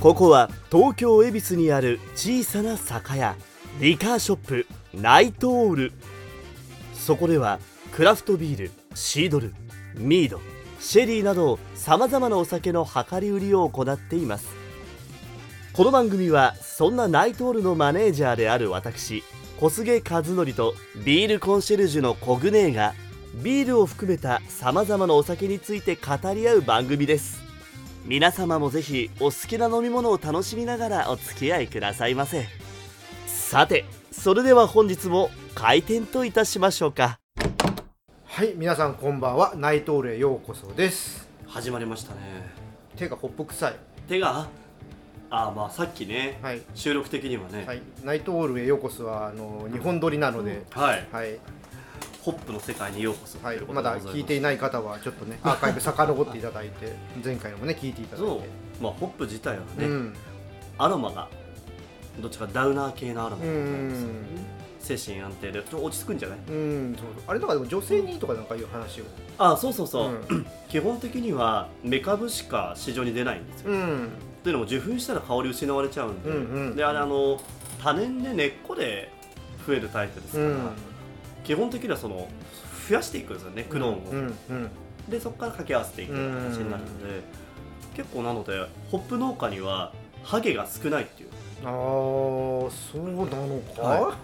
ここは東京恵比寿にある小さな酒屋、リカーショップナイトオール。そこではクラフトビール、シードル、ミード、シェリーなどさまざまなお酒の量り売りを行っています。この番組はそんなナイトオールのマネージャーである私小菅和則とビールコンシェルジュのコグネーがビールを含めたさまざまなお酒について語り合う番組です。皆様もぜひお好きな飲み物を楽しみながらお付き合いくださいませ。さて、それでは本日も開店といたしましょうか。 はい、皆さんこんばんは。ナイトオールへようこそです。 始まりましたね。 手がホップ臭い。 手がまあさっきね、はい、収録的にはね、 はい、ナイトオールへようこそは日本撮りなので、 はいはい、 ホップの世界にようこそ、はい、 まだ聞いていない方はちょっとねアーカイブ遡っていただいて前回のもね聞いていただいて、 まあ、ホップ自体はね、アロマがどっちかダウナー系のアロマなんですよね。精神安定で落ち着くんじゃない？ そうあれとかでも女性にいいとかなんかいう話をそう、基本的にはメカブしか市場に出ないんですよ。というのも受粉したら香り失われちゃうんで、であれ多年で根っこで増えるタイプですから、基本的にはその増やしていくんですよね、クローンを、でそこから掛け合わせていく形になるので、結構なのでホップ農家にはハゲが少ないっていう。 そうなのか、はい、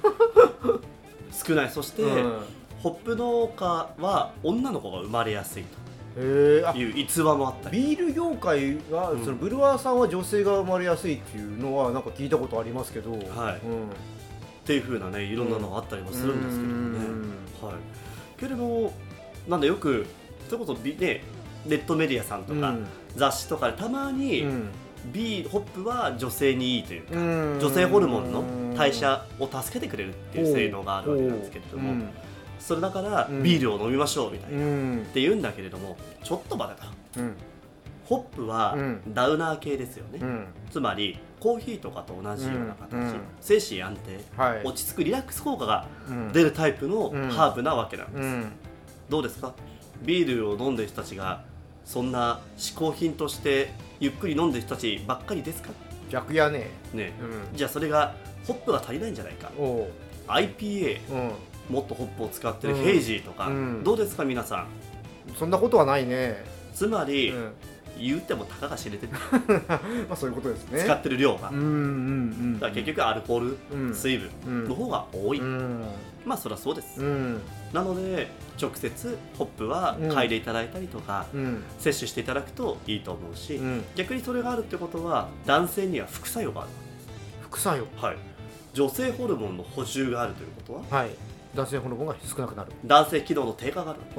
少ない。そして、ホップ農家は女の子が生まれやすいという逸話もあったり。 ビール業界は、そのブルワーさんは女性が生まれやすいっていうのはなんか聞いたことありますけど、 っていう風なね、いろんなのがあったりもするんですけどもね、けれどなんでよくそれこそね、ネットメディアさんとか、雑誌とかでたまに、ホップは女性にいいというか、女性ホルモンの代謝を助けてくれるっていう性能があるわけなんですけれども、それだからビールを飲みましょうみたいな、って言うんだけれども、ちょっと待てと、ホップはダウナー系ですよね、つまりコーヒーとかと同じような形、精神安定、落ち着くリラックス効果が出るタイプのハーブなわけなんです。どうですか？ビールを飲んでる人たちがそんな嗜好品としてゆっくり飲んでる人たちばっかりですか？ 逆やね。 じゃあそれがホップが足りないんじゃないか。 IPA、もっとホップを使ってるヘイジーとか、どうですか皆さん？ そんなことはないね。 つまり、言ってもたかが知れてるまあそういうことですね。 使ってる量が、だから結局アルコール、水分の方が多い、まあそりゃそうです、なので直接ホップは嗅いでいただいたりとか、摂取していただくといいと思うし、逆にそれがあるってことは男性には副作用がある。 副作用？ はい。女性ホルモンの補充があるということは、 男性ホルモンが少なくなる、 男性機能の低下があるんです。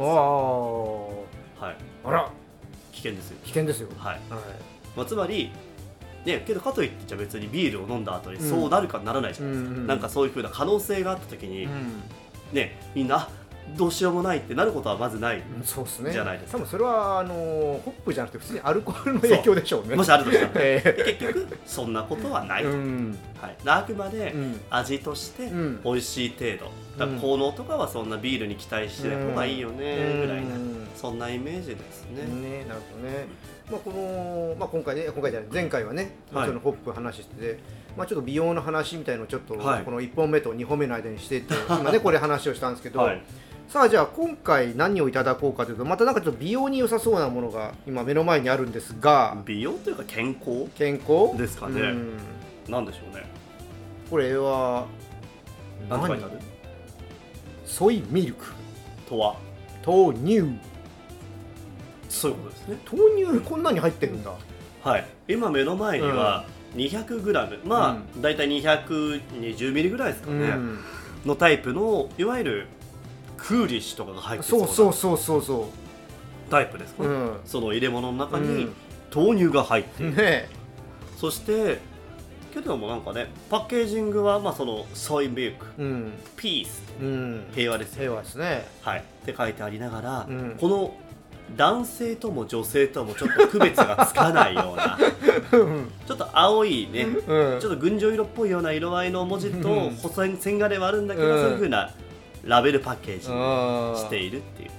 あら危険ですよ。 危険ですよ。 つまりね、けどかといってじゃあ別にビールを飲んだ後にそうなるかならないじゃないですか。なんかそういう風な可能性があった時に、ね、みんなどうしようもないってなることはまずないじゃないですか。 多分それはホップじゃなくて普通にアルコールの影響でしょうね。 もしあるとしたら、結局そんなことはないと、あくまで味として美味しい程度、だから効能とかはそんなビールに期待してた方がいいよねぐらいな、そんなイメージですね。 なるほどね。今回じゃない前回はね、そのホップ話してて、ちょっと美容の話みたいのをちょっとこの1本目と2本目の間にしてて、今ねこれ話をしたんですけど、さあじゃあ今回何をいただこうかというと、またなんかちょっと美容に良さそうなものが今目の前にあるんですが、 美容というか健康ですかね。なんでしょうね。 これは何て書いてある？ ソイミルクとは豆乳。 そういうことですね。 豆乳こんなに入ってるんだ。 今目の前には 200g、だいたい220ミリぐらいですかね、のタイプのいわゆるクーリッシュとかが入ってそうなそうタイプですかね。その入れ物の中に豆乳が入っている、そしてけどもなんかね、パッケージングはそのソイミルク、ピース、平和ですよ、 平和ですね、 って書いてありながら、この男性とも女性ともちょっと区別がつかないようなちょっと青いね、ちょっと群青色っぽいような色合いの文字と細い線がではあるんだけど、そういう風なラベルパッケージにしているっていう。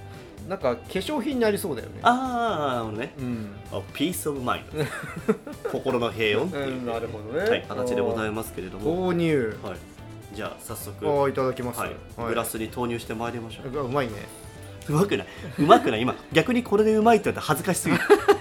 なんか化粧品にありそうだよね。 なるほどね、ピースオブマインド心の平穏っていう、 なるほどね、 はい、形でございますけれども、 豆乳、 はい、じゃあ早速いただきます、 グラスに投入してまいりましょう。 うまいね。 うまくない今逆にこれでうまいって言ったら恥ずかしすぎる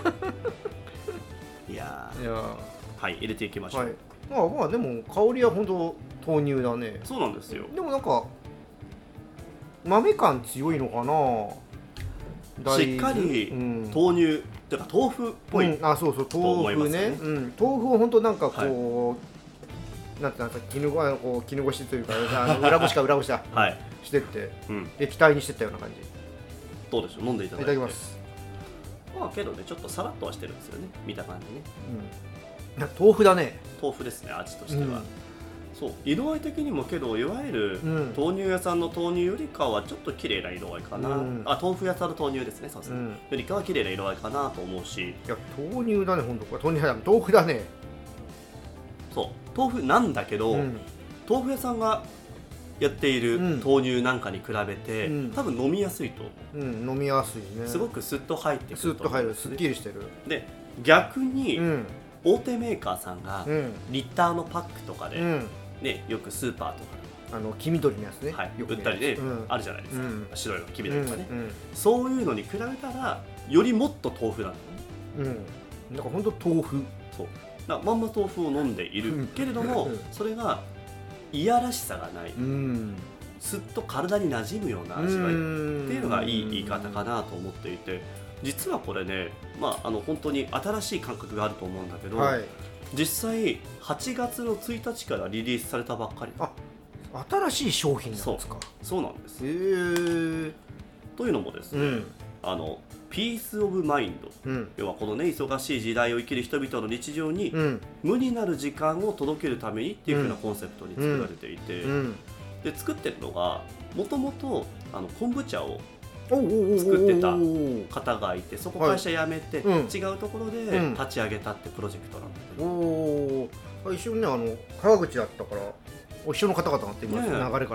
いやはい入れていきましょう。 まあでも香りは本当豆乳だね。 そうなんですよ。 でもなんか豆感強いのかな。 しっかり豆乳っていうか豆腐っぽい、 そう豆腐ね、豆腐を本当なんかこう、なんて絹ごしというか裏ごしだしてって、液体にしてったような感じ。 どうでしょう、飲んでいただいて。 いただきます。 まあけどね、ちょっとさらっとはしてるんですよね、見た感じね。 豆腐だね。 豆腐ですね、味としては。そう色合い的にもけど、いわゆる豆乳屋さんの豆乳よりかはちょっと綺麗な色合いかな、豆腐屋さんの豆乳ですね、そうですね、よりかは綺麗な色合いかなと思うし。 いや豆乳だね、本当これ豆腐だね。 そう豆腐なんだけど、豆腐屋さんがやっている豆乳なんかに比べて、多分飲みやすいと思う。 飲みやすいね。 すごくスッと入ってくる。 スッと入る、すっきりしてる。 で逆に、大手メーカーさんがリッターのパックとかで、ね、よくスーパーとかで黄緑のやつね、 売ったりね、あるじゃないですか、白いの黄緑とかね、そういうのに比べたらよりもっと豆腐なんだね。 なんか本当豆腐。 そうまんま豆腐を飲んでいるけれども、それがいやらしさがない、すっと体に馴染むような味わいっていうのがいい言い方かなと思っていて、実はこれね、本当に新しい感覚があると思うんだけど、実際8月の1日からリリースされたばっかり。 新しい商品なんですか。 そうなんです。というのもですね、ピースオブマインド、要はこのね忙しい時代を生きる人々の日常に、無になる時間を届けるためにっていう風なコンセプトに作られていて、で作ってるのがもともと昆布茶を作ってた方がいて、そこ会社辞めて、違うところで立ち上げたってプロジェクトなんだけど、 一緒にね川口だったから一緒の方々って今流れから、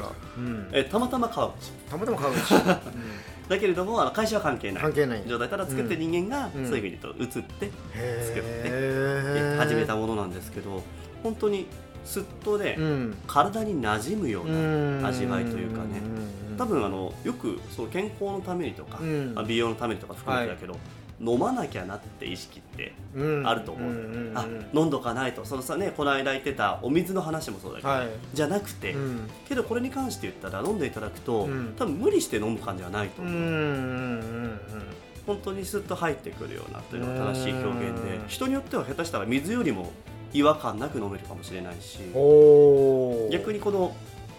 たまたま川口だけれども会社は関係ない状態、ただ作ってる人間がそういうふうに移って作って始めたものなんですけど、本当にすっとね、体に馴染むような味わいというかね、多分よくその健康のためにとか、美容のためにとか含めてだけど、飲まなきゃなって意識ってあると思う。飲んどかないと、そのさね、この間言ってたお水の話もそうだけど、じゃなくて、けどこれに関して言ったら飲んでいただくと、多分無理して飲む感じはないと思う。本当にスッと入ってくるようなというのが正しい表現で、人によっては下手したら水よりも違和感なく飲めるかもしれないし、逆にこの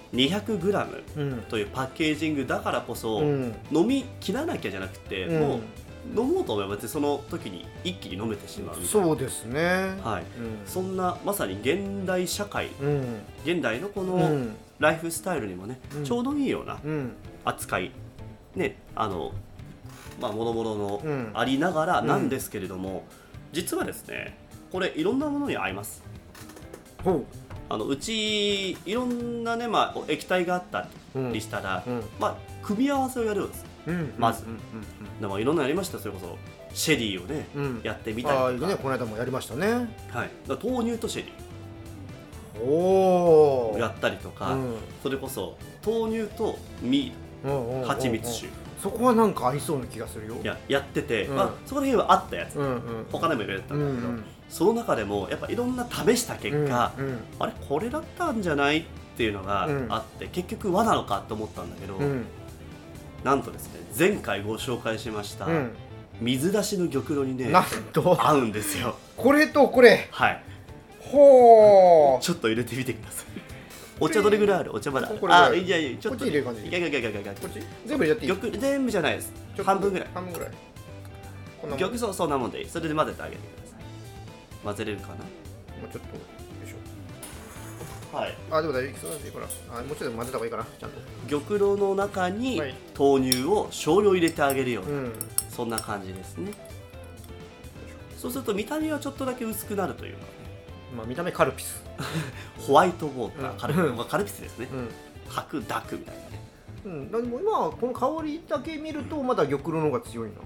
200g というパッケージングだからこそ、飲み切らなきゃじゃなくて、もう飲もうと思えばその時に一気に飲めてしまうみたいな。 そうですね、 そんなまさに現代社会、現代のこのライフスタイルにもね、ちょうどいいような扱いね、もろもろのありながらなんですけれども、実はですねこれいろんなものに合います。うちいろんなね、液体があったりしたら、組み合わせをやるんです。まずでもいろんなやりました。それこそシェリーをね、やってみたりとか、 この間もやりましたね。 豆乳とシェリーをやったりとか、それこそ豆乳とミール、蜂蜜酒、 そこはなんか合いそうな気がするよ。 やってて、そこら辺はあったやつ、他でもいろいろやったんだけど、その中でもやっぱいろんな試した結果、あれこれだったんじゃないっていうのがあって、結局和なのかと思ったんだけど、なんとですね、前回ご紹介しました、水出しの玉露にね、 なんと合うんですよ。 これとこれ、 ほー、ちょっと入れてみてください。お茶どれぐらいある？お茶まだある？いやちょっと入れる感じ。 いやこっち全部入れちゃっていい？ 玉全部じゃないです。半分ぐらい。玉そんなもんでいい。それで混ぜてあげてください。混ぜれるかな？ もうちょっとよいしょ。 はい。 でも大丈夫そうなんでいいかな。もうちょっと混ぜた方がいいかな。ちゃんと。 玉露の中に豆乳を少量入れてあげるような、そんな感じですね。そうすると見た目はちょっとだけ薄くなるというかね。 見た目カルピス。 ホワイトウォーター、カルピスですね。白濁みたいなね。 でも今この香りだけ見るとまだ玉露の方が強いな。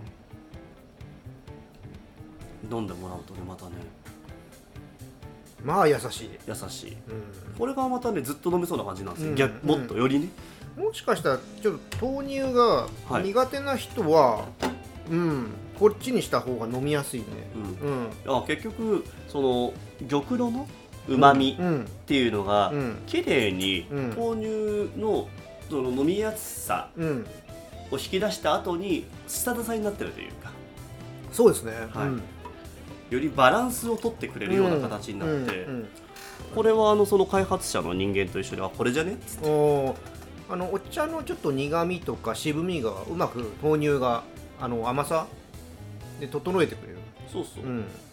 飲んでもらうとねまたねまあ優しい、 これがまたねずっと飲めそうな感じなんですよ、もっとよりね。 もしかしたらちょっと豆乳が苦手な人は、こっちにした方が飲みやすいね。 結局その玉露のうまみっていうのが綺麗に豆乳のその飲みやすさを引き出した後に下支えになってるというか、 そうですね、 よりバランスを取ってくれるような形になって、これはその開発者の人間と一緒でこれじゃねっつって、お茶のちょっと苦みとか渋みがうまく豆乳が甘さで整えてくれる。 そうそう、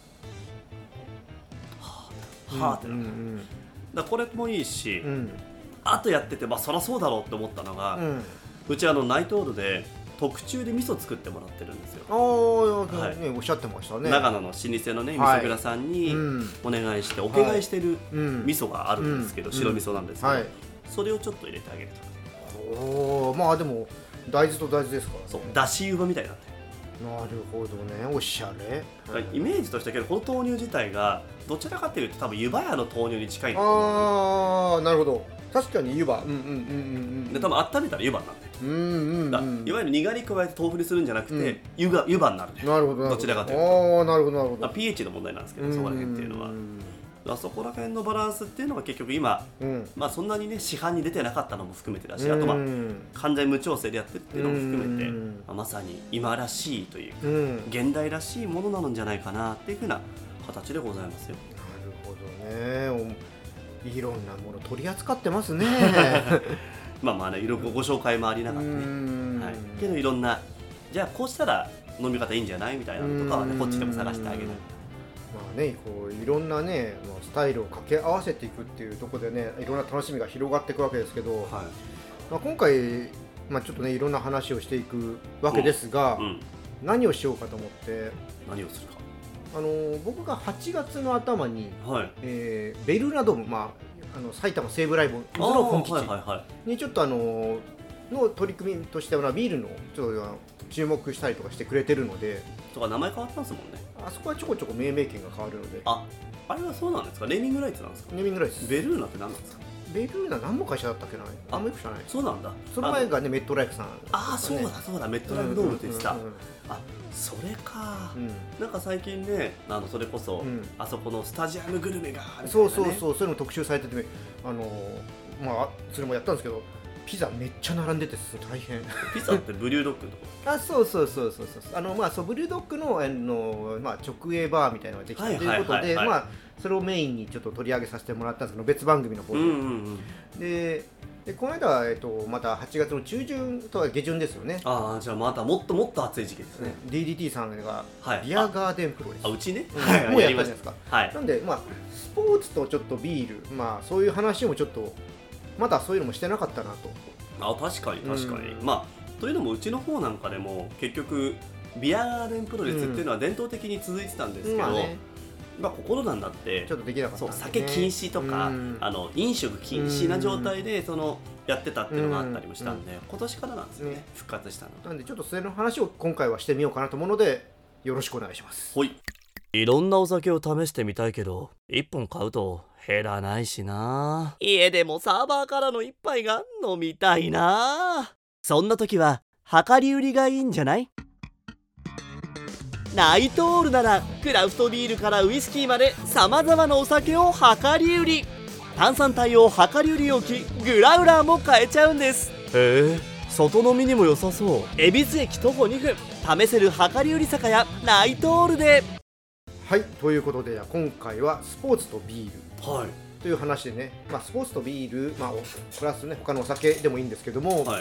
はあってなる、だこれもいいし、あとやっててそりゃそうだろうって思ったのが、うちナイトオールで特注で味噌作ってもらってるんですよ。 おっしゃってましたね。 長野の老舗のね味噌蔵さんにお願いしてお願いしてる味噌があるんですけど、白味噌なんですけど、それをちょっと入れてあげると。まあでも大豆と大豆ですからね。 そう、だし湯葉みたいになってる。なるほどね、おしゃれ。 イメージとしてはこの豆乳自体がどちらかというと多分湯葉屋の豆乳に近いんだと思う。なるほど、確かに湯葉。 で多分温めたら湯葉になって、いわゆるにがり加えて豆腐にするんじゃなくて、湯葉になるね。 なるほど、 どちらかというと。 なるほどなるほど。 pH の問題なんですけど、そこら辺っていうのは。そこら辺のバランスっていうのが結局今、そんなにね市販に出てなかったのも含めてだし、あと完全無調整でやってるっていうのも含めて、まさに今らしいというか、現代らしいものなんじゃないかなっていうふうな形でございますよ。 なるほどね。いろんなもの取り扱ってますね。 いろいろご紹介もありながらね、けどいろんなじゃあこうしたら飲み方いいんじゃないみたいなのとかはねこっちでも探してあげる。 こういろんなねスタイルを掛け合わせていくっていうところでね、いろんな楽しみが広がっていくわけですけど、今回、ちょっとねいろんな話をしていくわけですが、何をしようかと思って。 何をするか。 僕が8月の頭に、ベルーナドーム、埼玉西武ライブの本基地にちょっとの取り組みとしてはビールのちょっと注目したりとかしてくれてるので。 とか名前変わったんですもんね。 あそこはちょこちょこ命名権が変わるので。 あれはそうなんですか。ネーミングライツなんですか。 ネーミングライツ。 ベルーナって何なんですか。 ベルーナ何の会社だったっけな。あんまよく知らない。 そうなんだ。 その前がねメットライフさん。 そうだメットライフドームって言ってた。それか、なんか最近ねそれこそ、あそこのスタジアムグルメがある、ね、そういうの特集されてて、それもやったんですけど、ピザめっちゃ並んでて大変。 ピザってブリュードッグのとこそうブリュードッグの直営バーみたいなのができたということで、それをメインにちょっと取り上げさせてもらったんですけど、別番組の方で。でこの間は、また8月の中旬とは下旬ですよね。 じゃあまたもっともっと暑い時期ですね。 DDT さんがビアガーデンプロレス、 うちね、 もうやったじゃないですか。なんでスポーツとちょっとビール、そういう話もちょっとまだそういうのもしてなかったなと。 確かにというのもうちの方なんかでも結局ビアガーデンプロレスっていうのは伝統的に続いてたんですけど、コロナになってちょっとできなかった、 酒禁止とか、飲食禁止な状態でやってたっていうのがあったりもしたんで、今年からなんですよね、復活したの。 なんでちょっとそれの話を今回はしてみようかなと思うので、よろしくお願いします。 いろんなお酒を試してみたいけど1本買うと減らないしな。家でもサーバーからの一杯が飲みたいな。そんな時は量り売りがいいんじゃない？ナイトオールならクラフトビールからウイスキーまでさまざまなお酒を量り売り。炭酸帯を量り売り置きグラウラーも買えちゃうんです。外飲みにも良さそう。恵比寿駅徒歩2分、試せる量り売り酒屋ナイトオールで。 ということで今回はスポーツとビールという話でね、スポーツとビール、プラスね他のお酒でもいいんですけども、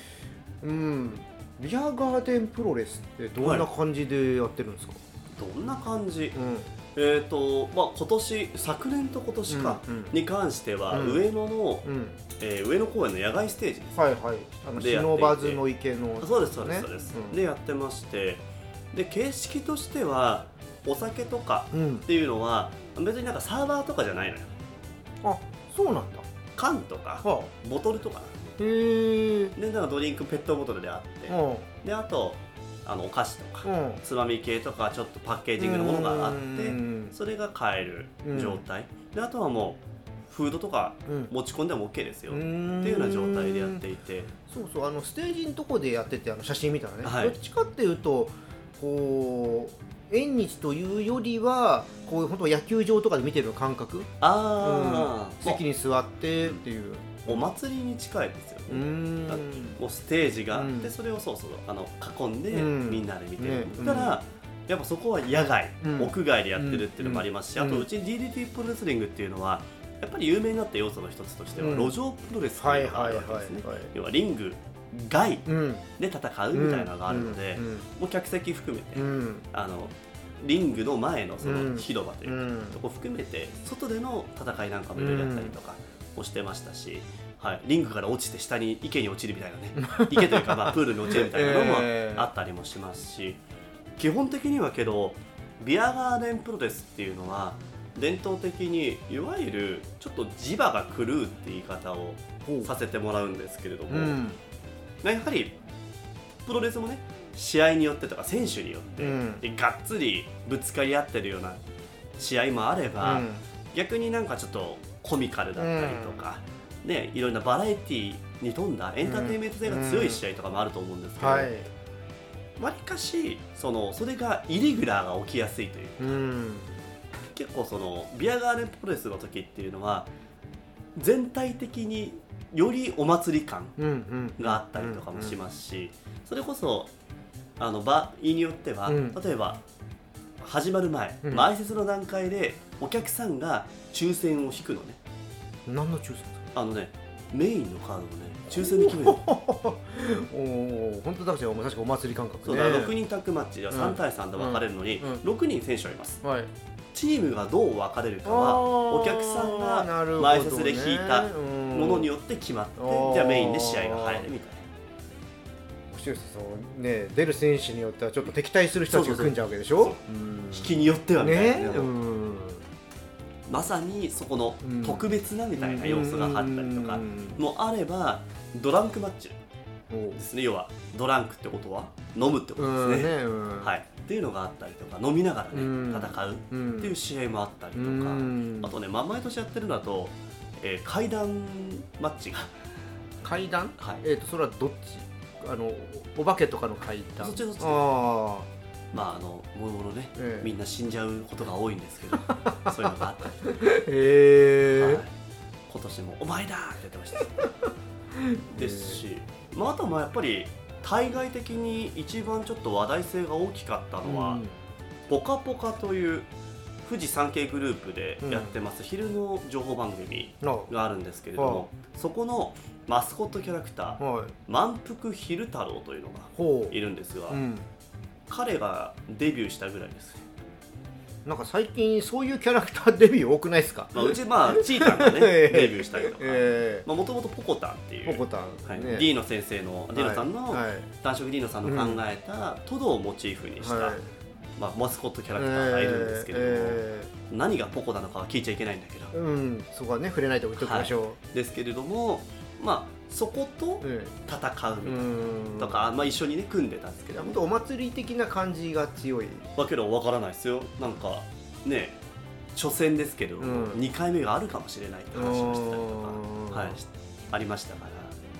ビアガーデンプロレスってどんな感じでやってるんですか？ どんな感じ？今年、昨年と今年かに関しては上野の上野公園の野外ステージですね。 シノバズの池の。 そうですでやってまして、で形式としてはお酒とかっていうのは別にサーバーとかじゃないのよ。 そうなんだ。 缶とかボトルとか。 でなんかドリンクペットボトルであって、であとお菓子とか、つまみ系とかちょっとパッケージングのものがあって、それが買える状態、であとはもうフードとか持ち込んでも OK ですよっていうような状態でやっていて、 そうそうステージのとこでやってて写真見たらね、どっちかっていうとこう縁日というよりはこう本当野球場とかで見てる感覚、席に座ってっていうお祭りに近いですよね。もうステージがあって、それをそうそう囲んでみんなで見てる、だからやっぱそこは野外、屋外でやってるっていうのもありますし、あとうち DDT プロレスリングっていうのはやっぱり有名になった要素の一つとしては、路上プロレスっていうのがあるわけですね。要はリング外で戦うみたいなのがあるので、もう客席含めて、リングの前のその広場というか、そこ含めて外での戦いなんかもいろいろやったりとかをしてましたし、リングから落ちて下に池に落ちるみたいなね池というかプールに落ちるみたいなのもあったりもしますし、基本的にはけどビアガーデンプロレスっていうのは伝統的にいわゆるちょっと磁場が狂うって言い方をさせてもらうんですけれども、やはりプロレスもね試合によってとか選手によって、がっつりぶつかり合ってるような試合もあれば、逆になんかちょっとコミカルだったりとか、ね、いろんなバラエティに富んだエンターテインメント性が強い試合とかもあると思うんですけど、わりかしそれがイレギュラーが起きやすいという、結構ビアガーデンプロレスの時っていうのは全体的によりお祭り感があったりとかもしますし、それこそ場合によっては、例えば始まる前、前説の段階でお客さんが抽選を引くのね。 何の抽選ですか？ メインのカードをね抽選で決める本当だから確かお祭り感覚ね。 そうだ、6人タッグマッチでは3対3で分かれるのに、6人選手がいます、チームがどう分かれるかはお客さんが前説で引いたものによって決まって、じゃあメインで試合が入るみたいな。 出る選手によってはちょっと敵対する人たちが組んじゃうわけでしょ。 引きによってはみたいな、まさにそこの特別なみたいな要素があったりとかもあれば、ドランクマッチですね。要はドランクってことは飲むってことですね。っていうのがあったりとか、飲みながらね戦うっていう試合もあったりとか、あとね毎年やってるのだと階段マッチが。 階段？それはどっち？お化けとかの階段？ そっちもろもろね、みんな死んじゃうことが多いんですけどそういうのがあったり今年も「お前だ!」って言ってましたですし、あとはやっぱり対外的に一番ちょっと話題性が大きかったのは、ポカポカという富士山系グループでやってます昼の情報番組があるんですけれども、そこのマスコットキャラクター、満腹昼太郎というのがいるんですが、彼がデビューしたぐらいです。 なんか最近そういうキャラクターデビュー多くないですか？ うちチータンがねデビューしたりとか、もともとポコタンっていう、ディーノ先生のディーノさんの男色ディーノさんの考えたトドをモチーフにしたマスコットキャラクターがいるんですけれども、何がポコなのかは聞いちゃいけないんだけど、 そこはね触れないと置いときましょう。ですけれども、そこと戦うみたいなとか、一緒にね組んでたんですけど、 本当お祭り的な感じが強い。 だけど分からないですよ。なんかね初戦ですけど、2回目があるかもしれないって話をしてたりとか、ありましたから。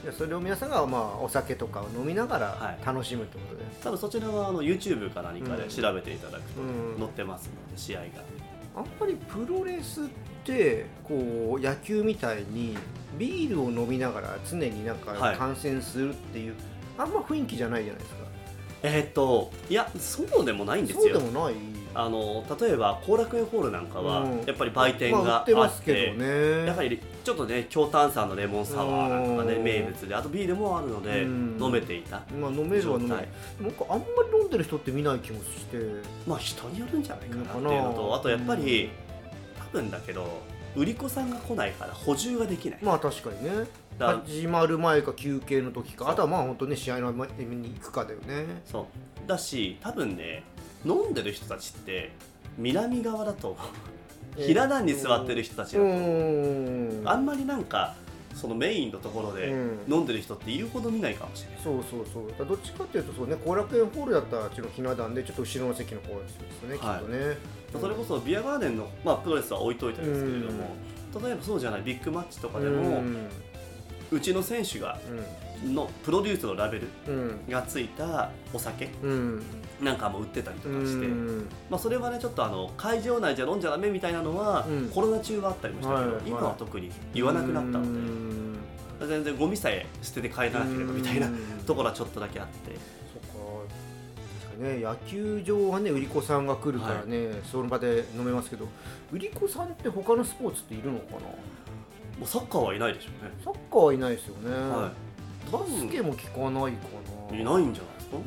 それを皆さんがお酒とかを飲みながら楽しむってことで、 多分そちらはYouTube か何かで調べていただくと載ってますので、試合が。 あんまりプロレスってこう野球みたいにビールを飲みながら常になんか観戦するっていう、あんま雰囲気じゃないじゃないですか。 いやそうでもないんですよ。 そうでもない。 例えば後楽園ホールなんかはやっぱり売店があって、やはりちょっとね強炭酸のレモンサワーなんかがね名物で、あとビールもあるので飲めていた飲めるは飲める。なんかあんまり飲んでる人って見ない気もして、 人によるんじゃないかなっていうのと、あとやっぱり多分だけど売り子さんが来ないから補充ができない。 確かにね。始まる前か休憩の時か、あとは本当ね試合の前に行くかだよね。 そうだし、多分ね飲んでる人たちって南側だとひな壇に座ってる人たちだと、あんまりなんかそのメインのところで飲んでる人って言うほど見ないかもしれない、 そうどっちかっていうとそうね、後楽園ホールだったらあっちのひな壇でちょっと後ろの席の方ですね、きっとね、 それこそビアガーデンの、プロレスは置いといてですけれども、例えばそうじゃないビッグマッチとかでも、うちの選手がのプロデュースのラベルがついたお酒なんかも売ってたりとかして、それはねちょっと会場内じゃ飲んじゃダメみたいなのは、コロナ中はあったりもしたけど、今は特に言わなくなったので、全然ゴミさえ捨てて帰らなければみたいなところはちょっとだけあって。 確かにね、野球場はね売り子さんが来るからね、その場で飲めますけど、売り子さんって他のスポーツっているのかな。 もうサッカーはいないでしょうね。 サッカーはいないですよね、バスケも聞かないかな。 いないんじゃないですか。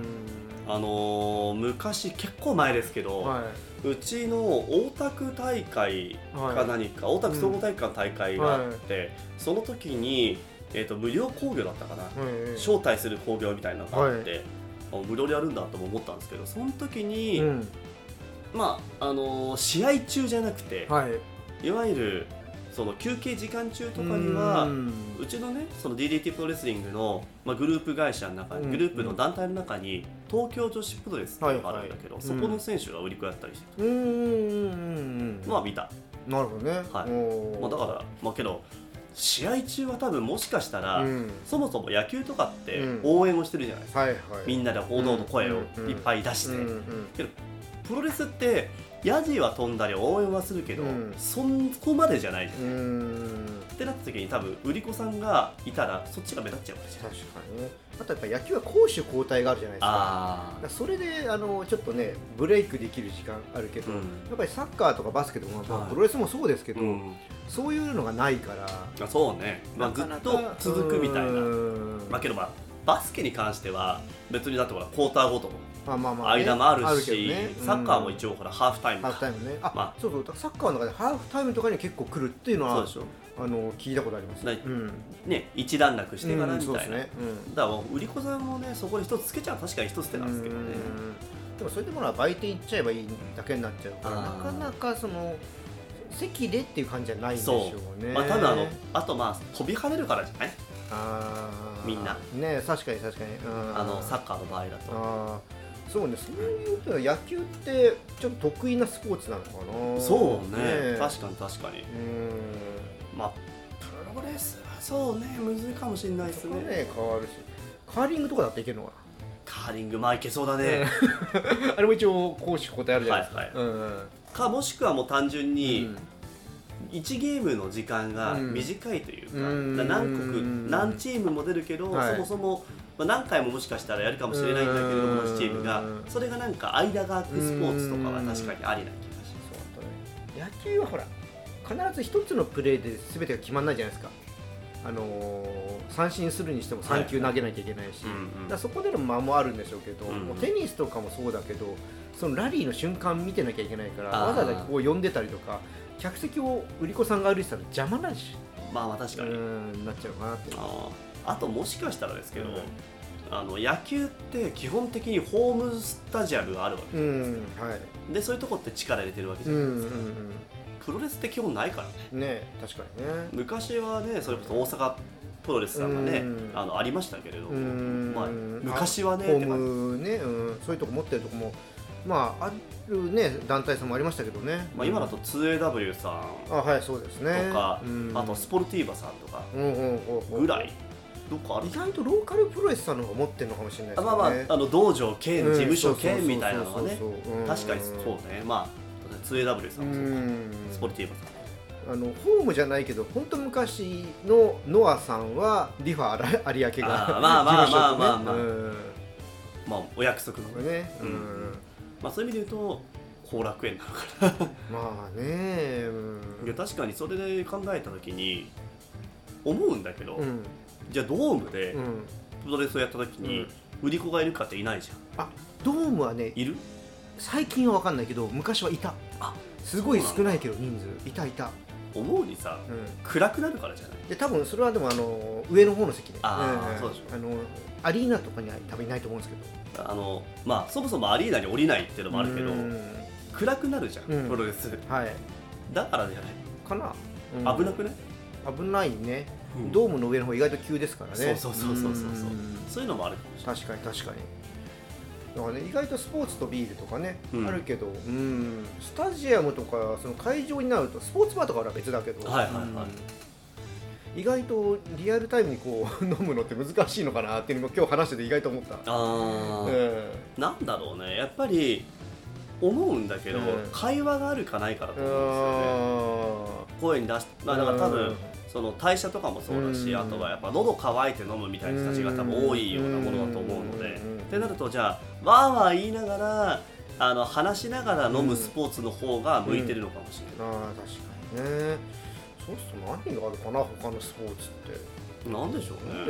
昔結構前ですけど、うちの大田区大会か何か、大田区総合体育館の大会があって、その時に、無料興行だったかな、招待する興行みたいなのがあって、無料でやるんだとも思ったんですけど、その時に、試合中じゃなくて、いわゆるその休憩時間中とかには、うちのねその DDT プロレスリングの、グループ会社の中に、グループの団体の中に東京女子プロレスっていうのがあるんだけど、そこの選手が売り子やったりして、見た。 なるほどね。 だから、けど試合中は多分もしかしたら、そもそも野球とかって応援をしてるじゃないですか、みんなで報道の声をいっぱい出して、けどプロレスってヤジは飛んだり応援はするけど、そこまでじゃないじゃんってなった時に、多分売り子さんがいたらそっちが目立っちゃうわけじゃん。 確かにね。あとやっぱ野球は攻守交代があるじゃないですか。それでちょっとねブレイクできる時間あるけど、やっぱりサッカーとかバスケとか、プロレスもそうですけど、そういうのがないから、 そうね、ずっと続くみたいな。けどバスケに関しては別にだってほらクォーターごとの間もあるし、サッカーも一応ほらハーフタイムね。そうサッカーの中でハーフタイムとかに結構来るっていうのは聞いたことありますね。一段落してからみたいな。だから売り子さんもねそこで一つつけちゃう、確かに一つ手なんですけどね。 でもそれでも売店行っちゃえばいいだけになっちゃうから、なかなかその席でっていう感じじゃないんでしょうね。 ただあと飛び跳ねるからじゃない？みんなね、確かにサッカーの場合だと。 そうね、そういうと野球ってちょっと得意なスポーツなのかな。 そうね、確かにプロレスはそうね、むずいかもしれないですね。 変わるし、カーリングとかだっていけるのかな。 カーリングいけそうだね。 あれも一応攻守交代あるじゃないですか。 もしくはもう単純に1ゲームの時間が短いというか、何チームも出るけど、そもそも何回ももしかしたらやるかもしれないんだけれども、1チームがそれがなんか間が空くスポーツとかは確かにありな気がします。野球はほら必ず一つのプレーで全てが決まらないじゃないですか。三振するにしても3球投げなきゃいけないし、そこでの間もあるんでしょうけど、テニスとかもそうだけど、そのラリーの瞬間見てなきゃいけないから、わざわざこう呼んでたりとか、客席を売り子さんが歩いてたら邪魔だし、 確かになっちゃうかなって。 あともしかしたらですけど、野球って基本的にホームスタジアムがあるわけじゃないですか。でそういうとこって力入れてるわけじゃないですか。プロレスって基本ないからね。 確かにね。 昔はね、それこそ大阪プロレスさんがね、ありましたけれども、昔はねホームね、そういうとこ持ってるとこもあるね、団体さんもありましたけどね。 今だと 2AW さんそうですねとか、あとスポルティーバさんとかぐらい。どこある？ 意外とローカルプロレスさんの方が持ってるのかもしれないですね。 道場兼事務所兼みたいなのがね、確かにそうね。2AW さんもそうか、スポルティーバさん。 ホームじゃないけど、本当昔のノアさんはリファ有明がお約束のね。そういう意味で言うと後楽園なのかな。確かにそれで考えた時に思うんだけど、じゃあドームでプロレスをやった時に売り子がいるかっていないじゃん。 ドームはね、 いる？ 最近は分かんないけど、昔はいた。すごい少ないけど人数いた。 思うにさ、暗くなるからじゃない？ で多分それはでも上の方の席で、 そうでしょ。 アリーナとかには多分いないと思うんですけど、 そもそもアリーナに降りないっていうのもあるけど、暗くなるじゃん、プロレス。だからじゃないかな。危なくね？ 危ないね。 ドームの上の方意外と急ですからね。 そういうのもあるかもしれない。 確かにだからね、意外とスポーツとビールとかね、あるけど、スタジアムとかその会場になるとスポーツバーとかは別だけど、意外とリアルタイムにこう飲むのって難しいのかなっていうのも今日話してて意外と思った。 なんだろうね、やっぱり思うんだけど、会話があるかないかだと思うんですよね。声に出して、だから多分その代謝とかもそうだし、あとはやっぱ喉乾いて飲むみたいな人たちが多分多いようなものだと思うので、ってなるとじゃあわーわー言いながら話しながら飲むスポーツの方が向いてるのかもしれない。 確かにね。そうすると何があるかな、他のスポーツって。 なんでしょうね。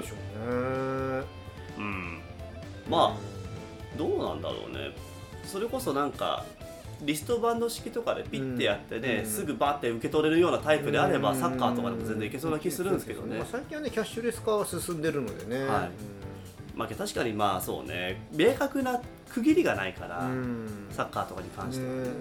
まあどうなんだろうね。それこそなんかリストバンド式とかでピッてやってね、すぐバーって受け取れるようなタイプであればサッカーとかでも全然いけそうな気するんですけどね。 最近はねキャッシュレス化は進んでるのでね。 確かにまあそうね、明確な区切りがないから、サッカーとかに関してはね。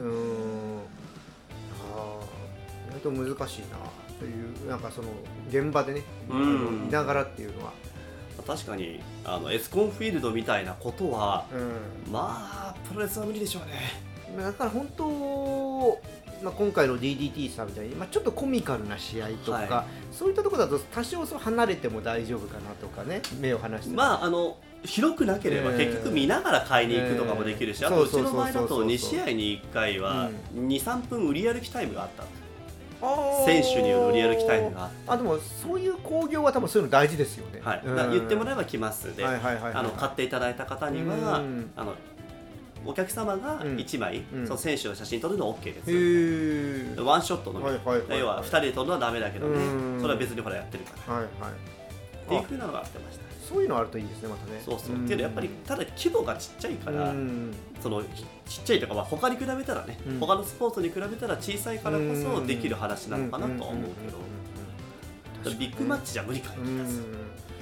意外と難しいなという、なんかその現場でねいながらっていうのは。 確かにエスコンフィールドみたいなことは、まあプロレスは無理でしょうね。 だから本当、今回の DDT さんみたいに、ちょっとコミカルな試合とか、そういったところだと多少離れても大丈夫かなとかね、目を離して広くなければ結局見ながら買いに行くとかもできるし、あとうちの場合だと2試合に1回は 2,3 分売り歩きタイムがあった。選手による売り歩きタイムがでもそういう興行は多分そういうの大事ですよね。 言ってもらえば来ますで、買っていただいた方にはお客様が1枚、その選手の写真撮るの OK です。ワンショットの、要は2人で撮るのはダメだけどね、それは別にほらやってるからっていう風なのがあってました。 そういうのあるといいですね、またね。 けどやっぱりただ規模がちっちゃいから、そのちっちゃいとか他に比べたらね、他のスポーツに比べたら小さいからこそできる話なのかなとは思うけど、ビッグマッチじゃ無理かな気がする。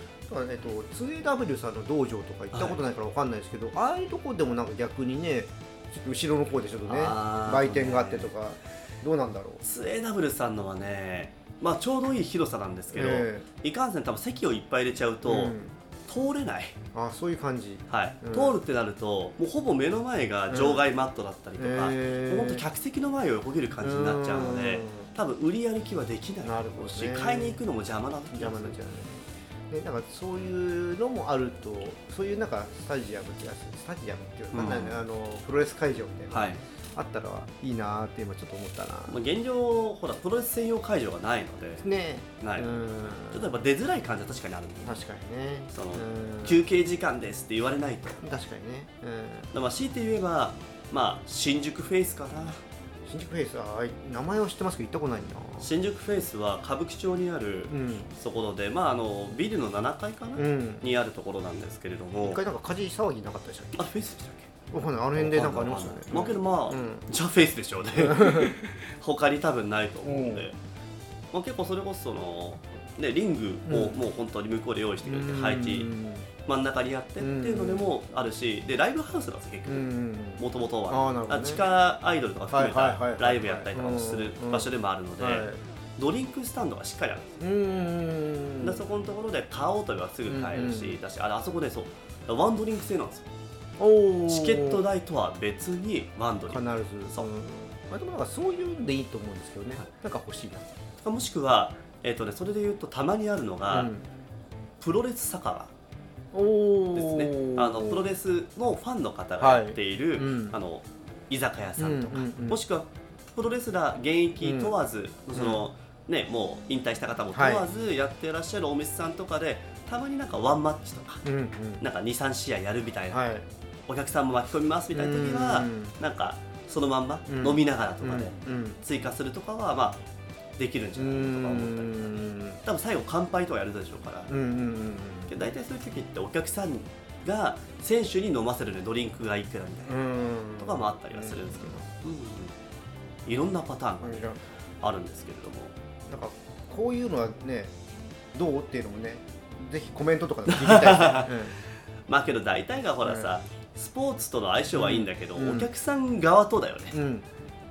2AW さんの道場とか行ったことないから分かんないですけど、ああいうとこでもなんか逆にね、ちょっと後ろの方でちょっとね売店があってとか、どうなんだろう。 2AW さんのはね、ちょうどいい広さなんですけど、いかんせん多分席をいっぱい入れちゃうと、通れない。 そういう感じ。 通るってなるともうほぼ目の前が場外マットだったりとか、本当客席の前を横切る感じになっちゃうので、多分売り歩きはできないし、買いに行くのも邪魔な気がする。 なんかそういうのもあると、そういうなんかスタジアムっていうか、プロレス会場みたいな、あったらいいなって今ちょっと思ったな。 現状ほらプロレス専用会場がないのでない。ちょっとやっぱ出づらい感じは確かにある。 確かにね。 その休憩時間ですって言われないと。 確かにね。 強いて言えば新宿フェイスかな。 新宿フェイスは名前は知ってますけど行ったことないな。 新宿フェイスは歌舞伎町にあるそこで、ビルの7階かな、にあるところなんですけれども、 一回なんか火事騒ぎなかったでしたっけ。 フェイスでしたっけ。 あの辺でなんかありましたね。 けどじゃあフェイスでしょうね。他に多分ないと思うんで、結構それこそリングをもう本当に向こうで用意してくれて配置真ん中にやってっていうのでもあるし、でライブハウスなんですよ結局。もともとは地下アイドルとか含めたライブやったりとかもする場所でもあるので、ドリンクスタンドがしっかりあるんですよ。そこのところで買おうと言えばすぐ買えるし、あそこでワンドリンク制なんですよ。チケット代とは別にワンドリンク必ず。でもなんかそういうんでいいと思うんですけどね。なんか欲しいな。もしくはそれで言うとたまにあるのがプロレス酒場ですね。プロレスのファンの方がやっている居酒屋さんとか、もしくはプロレスラー現役問わず、もう引退した方も問わずやってらっしゃるお店さんとかで、たまになんかワンマッチとか、なんか 2,3 試合やるみたいな、お客さんも巻き込みますみたいな時は、なんかそのまんま飲みながらとかで追加するとかはできるんじゃないかとか思ったり、多分最後乾杯とかやるでしょうから、大体そういう時ってお客さんが選手に飲ませるドリンクがいくらみたいなとかもあったりはするんですけど、いろんなパターンがあるんですけれども、 なんかこういうのはねどうっていうのもね、ぜひコメントとかでも聞きたいですね。 けど大体がほらさ、スポーツとの相性はいいんだけど、お客さん側とだよね。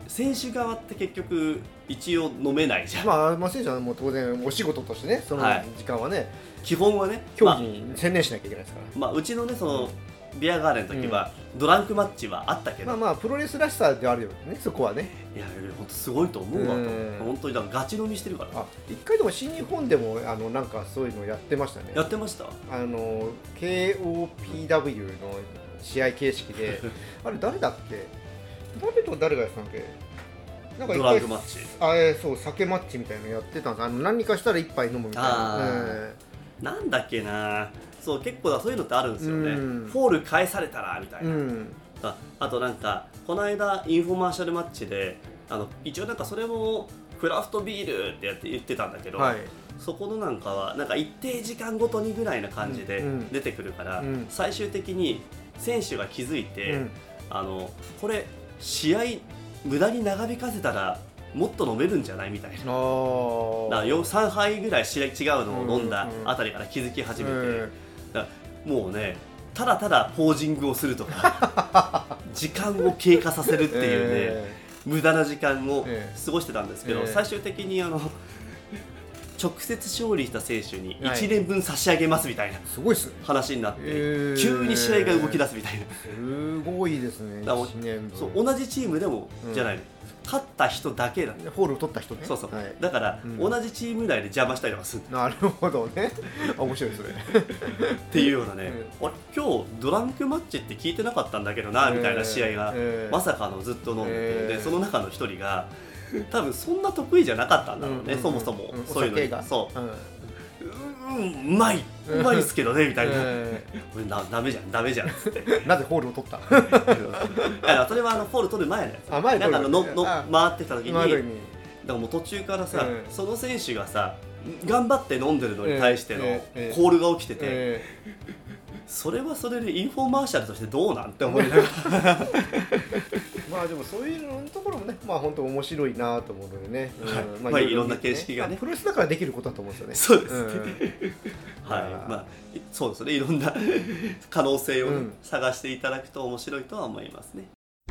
選手側って結局一応飲めないじゃん。 まあ選手はもう当然お仕事としてね、その時間はね、 基本はね競技に専念しなきゃいけないですから。 うちのねそのビアガーデンの時はドランクマッチはあったけど、 プロレスらしさであるよね、そこはね。 いや本当すごいと思うわと。本当にだからガチ飲みしてるから。 一回でも新日本でもなんかそういうのやってましたね。 やってました。 KOPW の試合形式であれ誰だっけ、誰と誰がやってたんだっけ、なんかドランクマッチ、 そう酒マッチみたいなのやってたんです。何かしたら一杯飲むみたいな。 なんだっけな、そう結構そういうのってあるんですよね。フォール返されたらみたいな。あとなんかこの間インフォマーシャルマッチで一応なんかそれもクラフトビールって言ってたんだけど、そこのなんかはなんか一定時間ごとにぐらいな感じで出てくるから、最終的に選手が気づいて、これ試合無駄に長引かせたらもっと飲めるんじゃないみたいな、3杯ぐらい違うのを飲んだあたりから気づき始めて、もうねただただポージングをするとか時間を経過させるっていうね、無駄な時間を過ごしてたんですけど、最終的に直接勝利した選手に1年分差し上げますみたいな話になって、急に試合が動き出すみたいな。 すごいですね。1年分。 そう同じチームでもじゃないの、勝った人だけだ、 ホールを取った人ね。 そうそう、だから同じチーム内で邪魔したりとかする。 なるほどね。面白いですねっていうようなね、あれ今日ドランクマッチって聞いてなかったんだけどなみたいな試合がまさかのずっと飲んでて、でその中の一人が多分そんな得意じゃなかったんだろうね、そもそもそういうのに。そううまいですけどねみたいな、これダメじゃんっつってなぜホールを取ったそれはホール取る前のやつ。なんか回ってきた時に、だからもう途中からさ、その選手がさ頑張って飲んでるのに対してのコールが起きてて、それはそれでインフォマーシャルとしてどうなんて思いながらでもそういうところもね、本当面白いなと思うのでね、 いろんな形式がね、 プロレスだからできることだと思うんですよね。そうですね、そうですね、いろんな可能性を探していただくと面白いとは思いますね。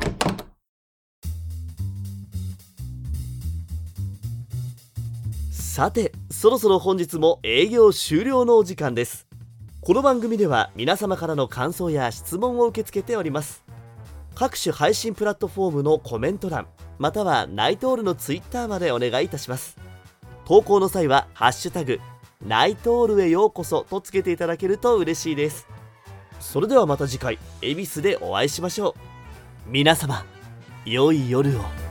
さてそろそろ本日も営業終了のお時間です。この番組では皆様からの感想や質問を受け付けております。各種配信プラットフォームのコメント欄またはナイトールのツイッターまでお願いいたします。投稿の際はハッシュタグナイトールへようこそとつけていただけると嬉しいです。それではまた次回恵比寿でお会いしましょう。皆様良い夜を。